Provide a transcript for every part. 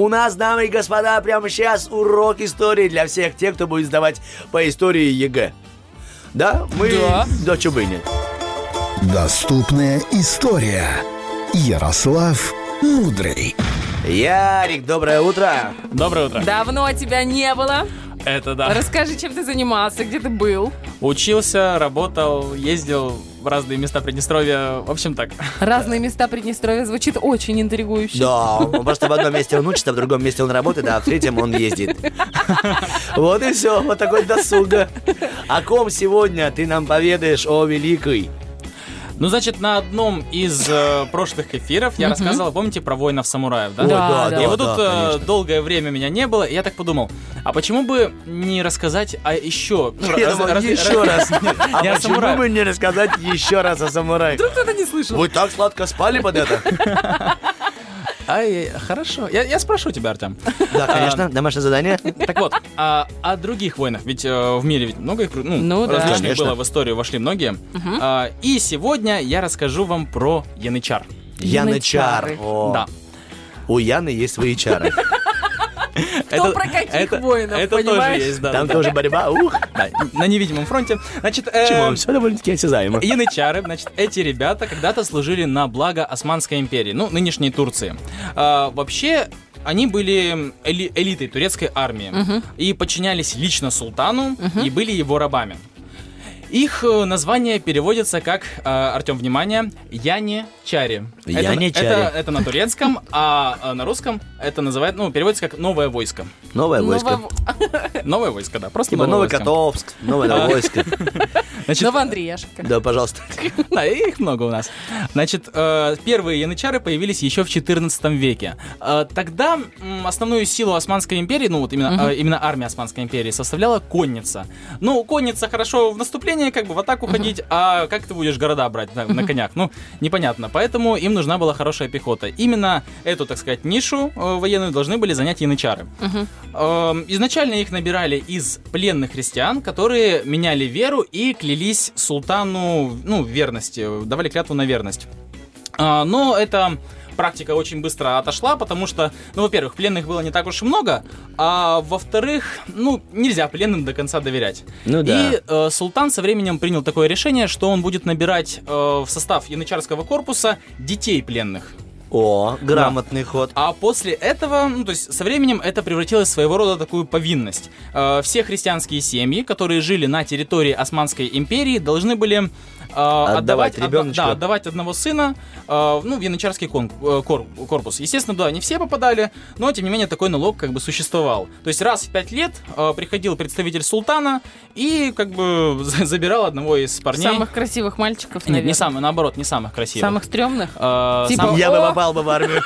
У нас, дамы и господа, прямо сейчас урок истории для всех тех, кто будет сдавать по истории ЕГЭ. Да? Да, чё бы и нет. Доступная история. Ярослав Мудрый. Ярик, доброе утро. Доброе утро. Давно тебя не было. Это да. Расскажи, чем ты занимался, где ты был? Учился, работал, ездил в разные места Приднестровья. В общем, так. Разные места Приднестровья звучит очень интригующе. Да, он просто в одном месте он учится, в другом месте он работает, а в третьем он ездит. Вот и все, вот такой досуг. О ком сегодня ты нам поведаешь, о великой? Ну, значит, на одном из прошлых эфиров я рассказывал, помните, про воинов-самураев, да? Да. И вот тут долгое время меня не было, и я так подумал, а почему бы не рассказать еще... еще раз. А почему бы не рассказать еще раз о самурае? Вдруг кто-то не слышал. Вы так сладко спали под это? Хорошо. Я спрошу тебя, Артем. Да, конечно, домашнее задание. Так вот, о других войнах, ведь в мире ведь много их, различных конечно. было, в историю вошли многие. И сегодня я расскажу вам про янычар. Янычар. Да. У Яны есть свои чары. Кто про каких воинов, это понимаешь? тоже есть, да. Там тоже борьба. Ух. Да, на невидимом фронте. Значит, Чего? Все довольно-таки осязаемо. янычары, значит, эти ребята когда-то служили на благо Османской империи, нынешней Турции. Вообще, они были элитой турецкой армии и подчинялись лично султану и были его рабами. Их название переводится как, Артем, внимание, янычари. Янычари. Это на турецком, а на русском это называют, переводится как «новое войско». Новое войско. Новое войско, да, просто Типа новое войско. Новокотовск, новое войско. Значит, Новоандреяшка. Да, пожалуйста. Да, их много у нас. Значит, первые янычары появились еще в 14 веке. Тогда основную силу Османской империи, именно армия Османской империи, составляла конница. Конница хорошо в наступлении, как бы в атаку ходить, а как ты будешь города брать на конях? Непонятно. Поэтому им нужна была хорошая пехота. Именно эту, так сказать, нишу военную должны были занять янычары. Изначально их набирали из пленных христиан, которые меняли веру и клялись султану, в верности, давали клятву на верность. Но эта практика очень быстро отошла, потому что, во-первых, пленных было не так уж и много, а во-вторых, нельзя пленным до конца доверять. И султан со временем принял такое решение, что он будет набирать в состав янычарского корпуса детей пленных. О, грамотный ход. А после этого, то есть со временем это превратилось в своего рода такую повинность. Все христианские семьи, которые жили на территории Османской империи, должны были отдавать ребеночка. Отдавать одного сына в янычарский корпус. Естественно, да, не все попадали, но тем не менее такой налог как бы существовал. То есть раз в 5 лет приходил представитель султана и как бы забирал одного из парней. Самых красивых мальчиков, наверное. Не самых, наоборот, не самых красивых. Самых стрёмных? Я бы попал бы в армию.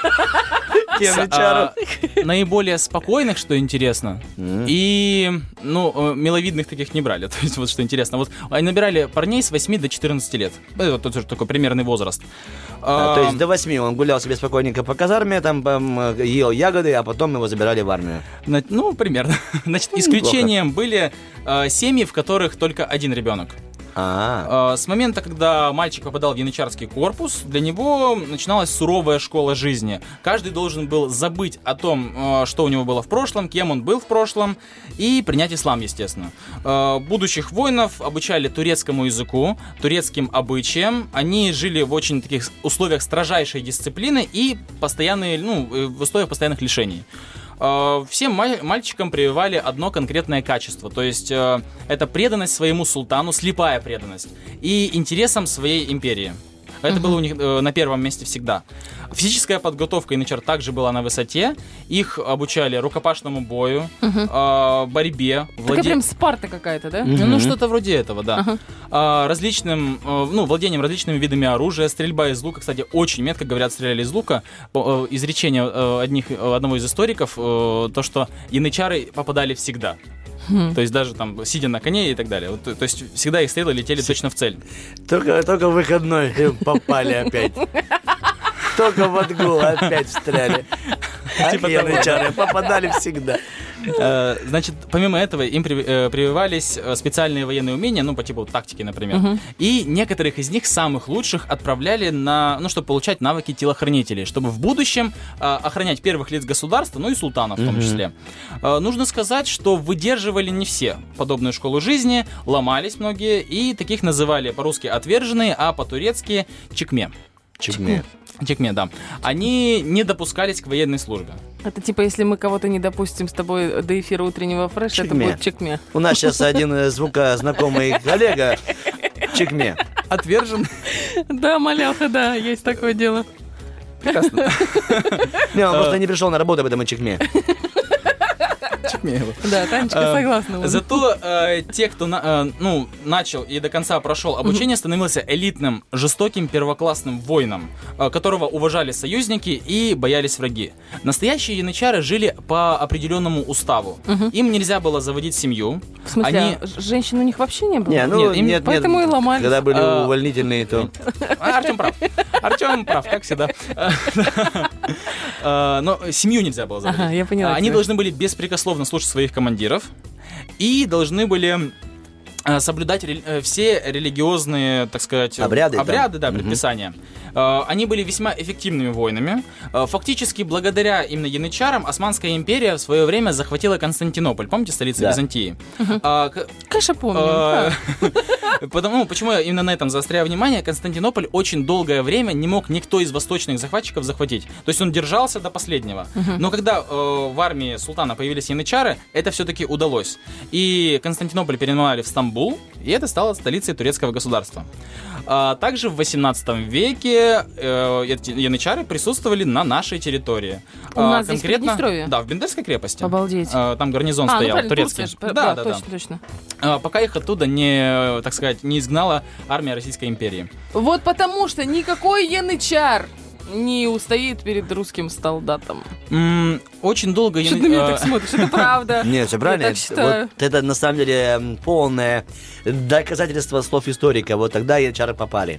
Наиболее спокойных, что интересно, и, миловидных таких не брали. То есть, вот что интересно. Вот они набирали парней с 8 до 14 лет. Это тоже такой примерный возраст. То есть до 8 он гулял себе спокойненько по казарме, там ел ягоды, а потом его забирали в армию. Примерно. Значит, исключением были семьи, в которых только один ребенок. С момента, когда мальчик попадал в янычарский корпус, для него начиналась суровая школа жизни. Каждый должен был забыть о том, что у него было в прошлом, кем он был в прошлом, и принять ислам, естественно. Будущих воинов обучали турецкому языку, турецким обычаям. Они жили в очень таких условиях строжайшей дисциплины и в условиях постоянных лишений. Всем мальчикам прививали одно конкретное качество, то есть это преданность своему султану, слепая преданность, и интересам своей империи. Это было у них на первом месте всегда. Физическая подготовка янычар также была на высоте. Их обучали рукопашному бою, борьбе. Такая прям Спарта какая-то, да? Что-то вроде этого, да. Владением различными видами оружия, стрельба из лука. Кстати, очень метко, говорят, стреляли из лука. Изречение одного из историков, то, что янычары попадали всегда. То есть даже там, сидя на коне и так далее. То есть всегда их стрелы летели точно в цель. Только в выходной попали опять. Только в отгул опять встряли. Типа того. Янычары попадали всегда. Значит, помимо этого им прививались специальные военные умения, ну, по типу тактики, например. И некоторых из них, самых лучших, отправляли чтобы получать навыки телохранителей, чтобы в будущем охранять первых лиц государства, ну и султана в том числе. Нужно сказать, что выдерживали не все подобную школу жизни, ломались многие, и таких называли по-русски отверженные, а по-турецки чекме. Чекме, да. Они не допускались к военной службе. Это типа, если мы кого-то не допустим с тобой до эфира утреннего фреша, это будет чекме. У нас сейчас один звукознакомый коллега чекме. Отвержен. Да, малявка, да, есть такое дело. Прекрасно. Не, он просто не пришел на работу, об этом и чекме. Да, Танечка согласна. Зато те, кто начал и до конца прошел обучение, становился элитным, жестоким, первоклассным воином, которого уважали союзники и боялись враги. Настоящие янычары жили по определенному уставу. Им нельзя было заводить семью. В смысле, женщин у них вообще не было? Нет, поэтому и ломались. Когда были увольнительные, то... Артем прав, как всегда. Но семью нельзя было заводить. Я поняла. Они должны были беспрекословно слушать своих командиров и должны были соблюдать все религиозные, так сказать, обряды, предписания. Они были весьма эффективными воинами. Фактически, благодаря именно янычарам, Османская империя в свое время захватила Константинополь. Помните, столицу Византии? Конечно, помню. Почему я именно на этом заостряю внимание? Константинополь очень долгое время не мог никто из восточных захватчиков захватить. То есть он держался до последнего. Но когда в армии султана появились янычары, это все-таки удалось. И Константинополь переименовали в Стамбул, и это стало столицей турецкого государства. Также в 18 веке эти янычары присутствовали на нашей территории. У нас здесь в Приднестровье? Да, в Бендерской крепости. Обалдеть. Там гарнизон стоял, турецкий. Да, точно. Пока их оттуда не, так сказать, не изгнала армия Российской империи. Вот потому что никакой янычар не устоит перед русским солдатом. Очень долго... Что ты на меня так смотришь? Это правда. Нет, все правильно. Я так считаю. Вот это, на самом деле, полное доказательство слов историка. Вот тогда янычары попали.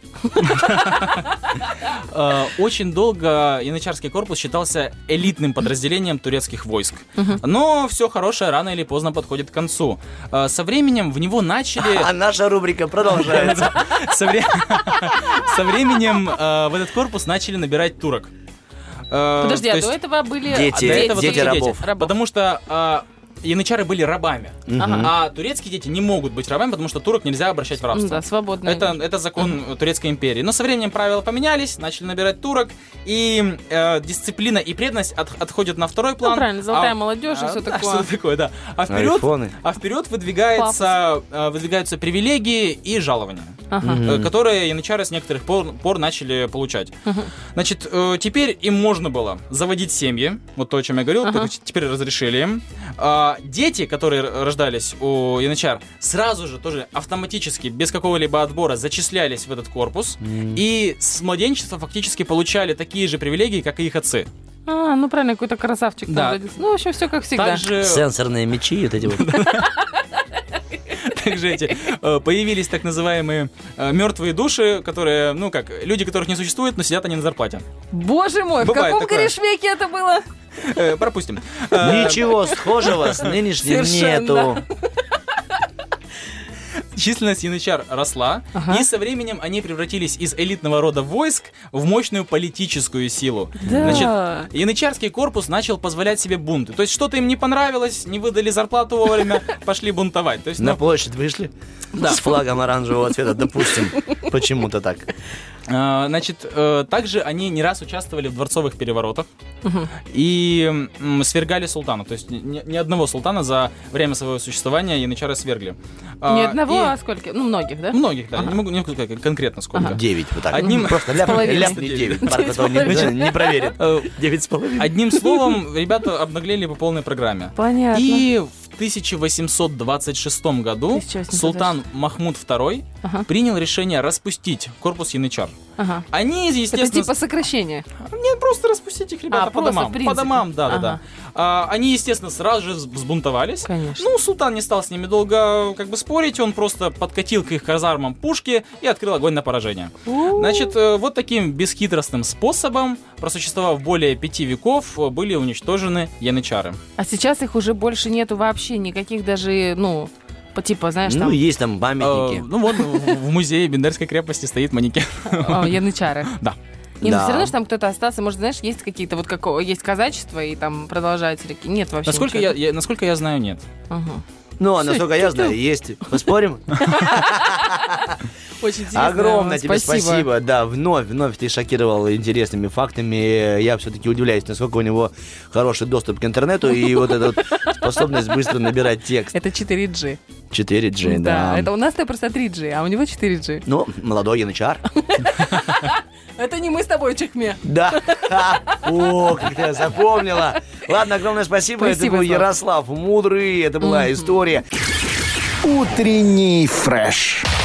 Очень долго янычарский корпус считался элитным подразделением турецких войск. Но все хорошее рано или поздно подходит к концу. Со временем в него начали... А наша рубрика продолжается. Со временем в этот корпус начали набирать турок. Подожди, до этого были дети рабов. Потому что янычары были рабами. А турецкие дети не могут быть рабами, потому что турок нельзя обращать в рабство. Да, свободно. Это закон Турецкой империи. Но со временем правила поменялись, начали набирать турок, и дисциплина и преданность отходят на второй план. Ну, правильно, золотая молодежь и все такое. Что такое, да. А вперед выдвигаются привилегии и жалования, которые янычары с некоторых пор начали получать. Значит, теперь им можно было заводить семьи, вот то, о чем я говорил, теперь разрешили им. Дети, которые рождались у янычар, сразу же тоже автоматически, без какого-либо отбора, зачислялись в этот корпус и с младенчества фактически получали такие же привилегии, как и их отцы. Ну правильно, какой-то красавчик. Да. Ну, в общем, все как всегда. Также... Сенсорные мечи, вот эти вот. Также появились так называемые мертвые души, которые, люди, которых не существует, но сидят они на зарплате. Боже мой, в каком корешвеке это было? Пропустим. Ничего схожего с нынешним нету. Численность янычар росла, и со временем они превратились из элитного рода войск в мощную политическую силу. Да. Значит, янычарский корпус начал позволять себе бунты. То есть что-то им не понравилось, не выдали зарплату вовремя, пошли бунтовать. То есть, на площадь вышли с флагом оранжевого цвета, допустим, почему-то так. Значит, также они не раз участвовали в дворцовых переворотах и свергали султана. То есть ни одного султана за время своего существования янычары свергли. Ни одного, а сколько? Ну, многих, да? Многих, да. Не могу сказать конкретно сколько. 9, вот так. Просто ляпни 9. Не проверит. 9,5. Одним словом, ребята обнаглели по полной программе. Понятно. И в 1826 году султан Махмуд II принял решение распустить корпус янычар. Они, естественно... Это типа сокращение? Нет, просто распустить их, ребята, по домам. По домам, да. Они, естественно, сразу же взбунтовались. Конечно. Ну, султан не стал с ними долго спорить, он просто подкатил к их казармам пушки и открыл огонь на поражение. Значит, вот таким бесхитростным способом, просуществовав более 5 веков, были уничтожены янычары. А сейчас их уже больше нету вообще никаких даже, типа, знаешь, Ну, там есть там памятники. Ну вот, в музее Бендерской крепости стоит манекен. янычары. Да. Не, Да. все равно, что там кто-то остался. Может, знаешь, есть какие-то, вот как есть казачество, и там продолжаются такие. Нет вообще ничего. Насколько я знаю, нет. Ага. Ну, а насколько я знаю, есть. Поспорим? Очень интересно. Огромное тебе спасибо. Да, вновь ты шокировал интересными фактами. Я все-таки удивляюсь, насколько у него хороший доступ к интернету и вот эта вот способность быстро набирать текст. Это 4G. 4G, да. Это у нас-то просто 3G, а у него 4G. Ну, молодой янычар. Это не мы с тобой, Чехме. Да. О, как ты запомнила. Ладно, огромное спасибо. Это Спасибо, был Слав. Ярослав Мудрый. Это была история. Утренний фреш.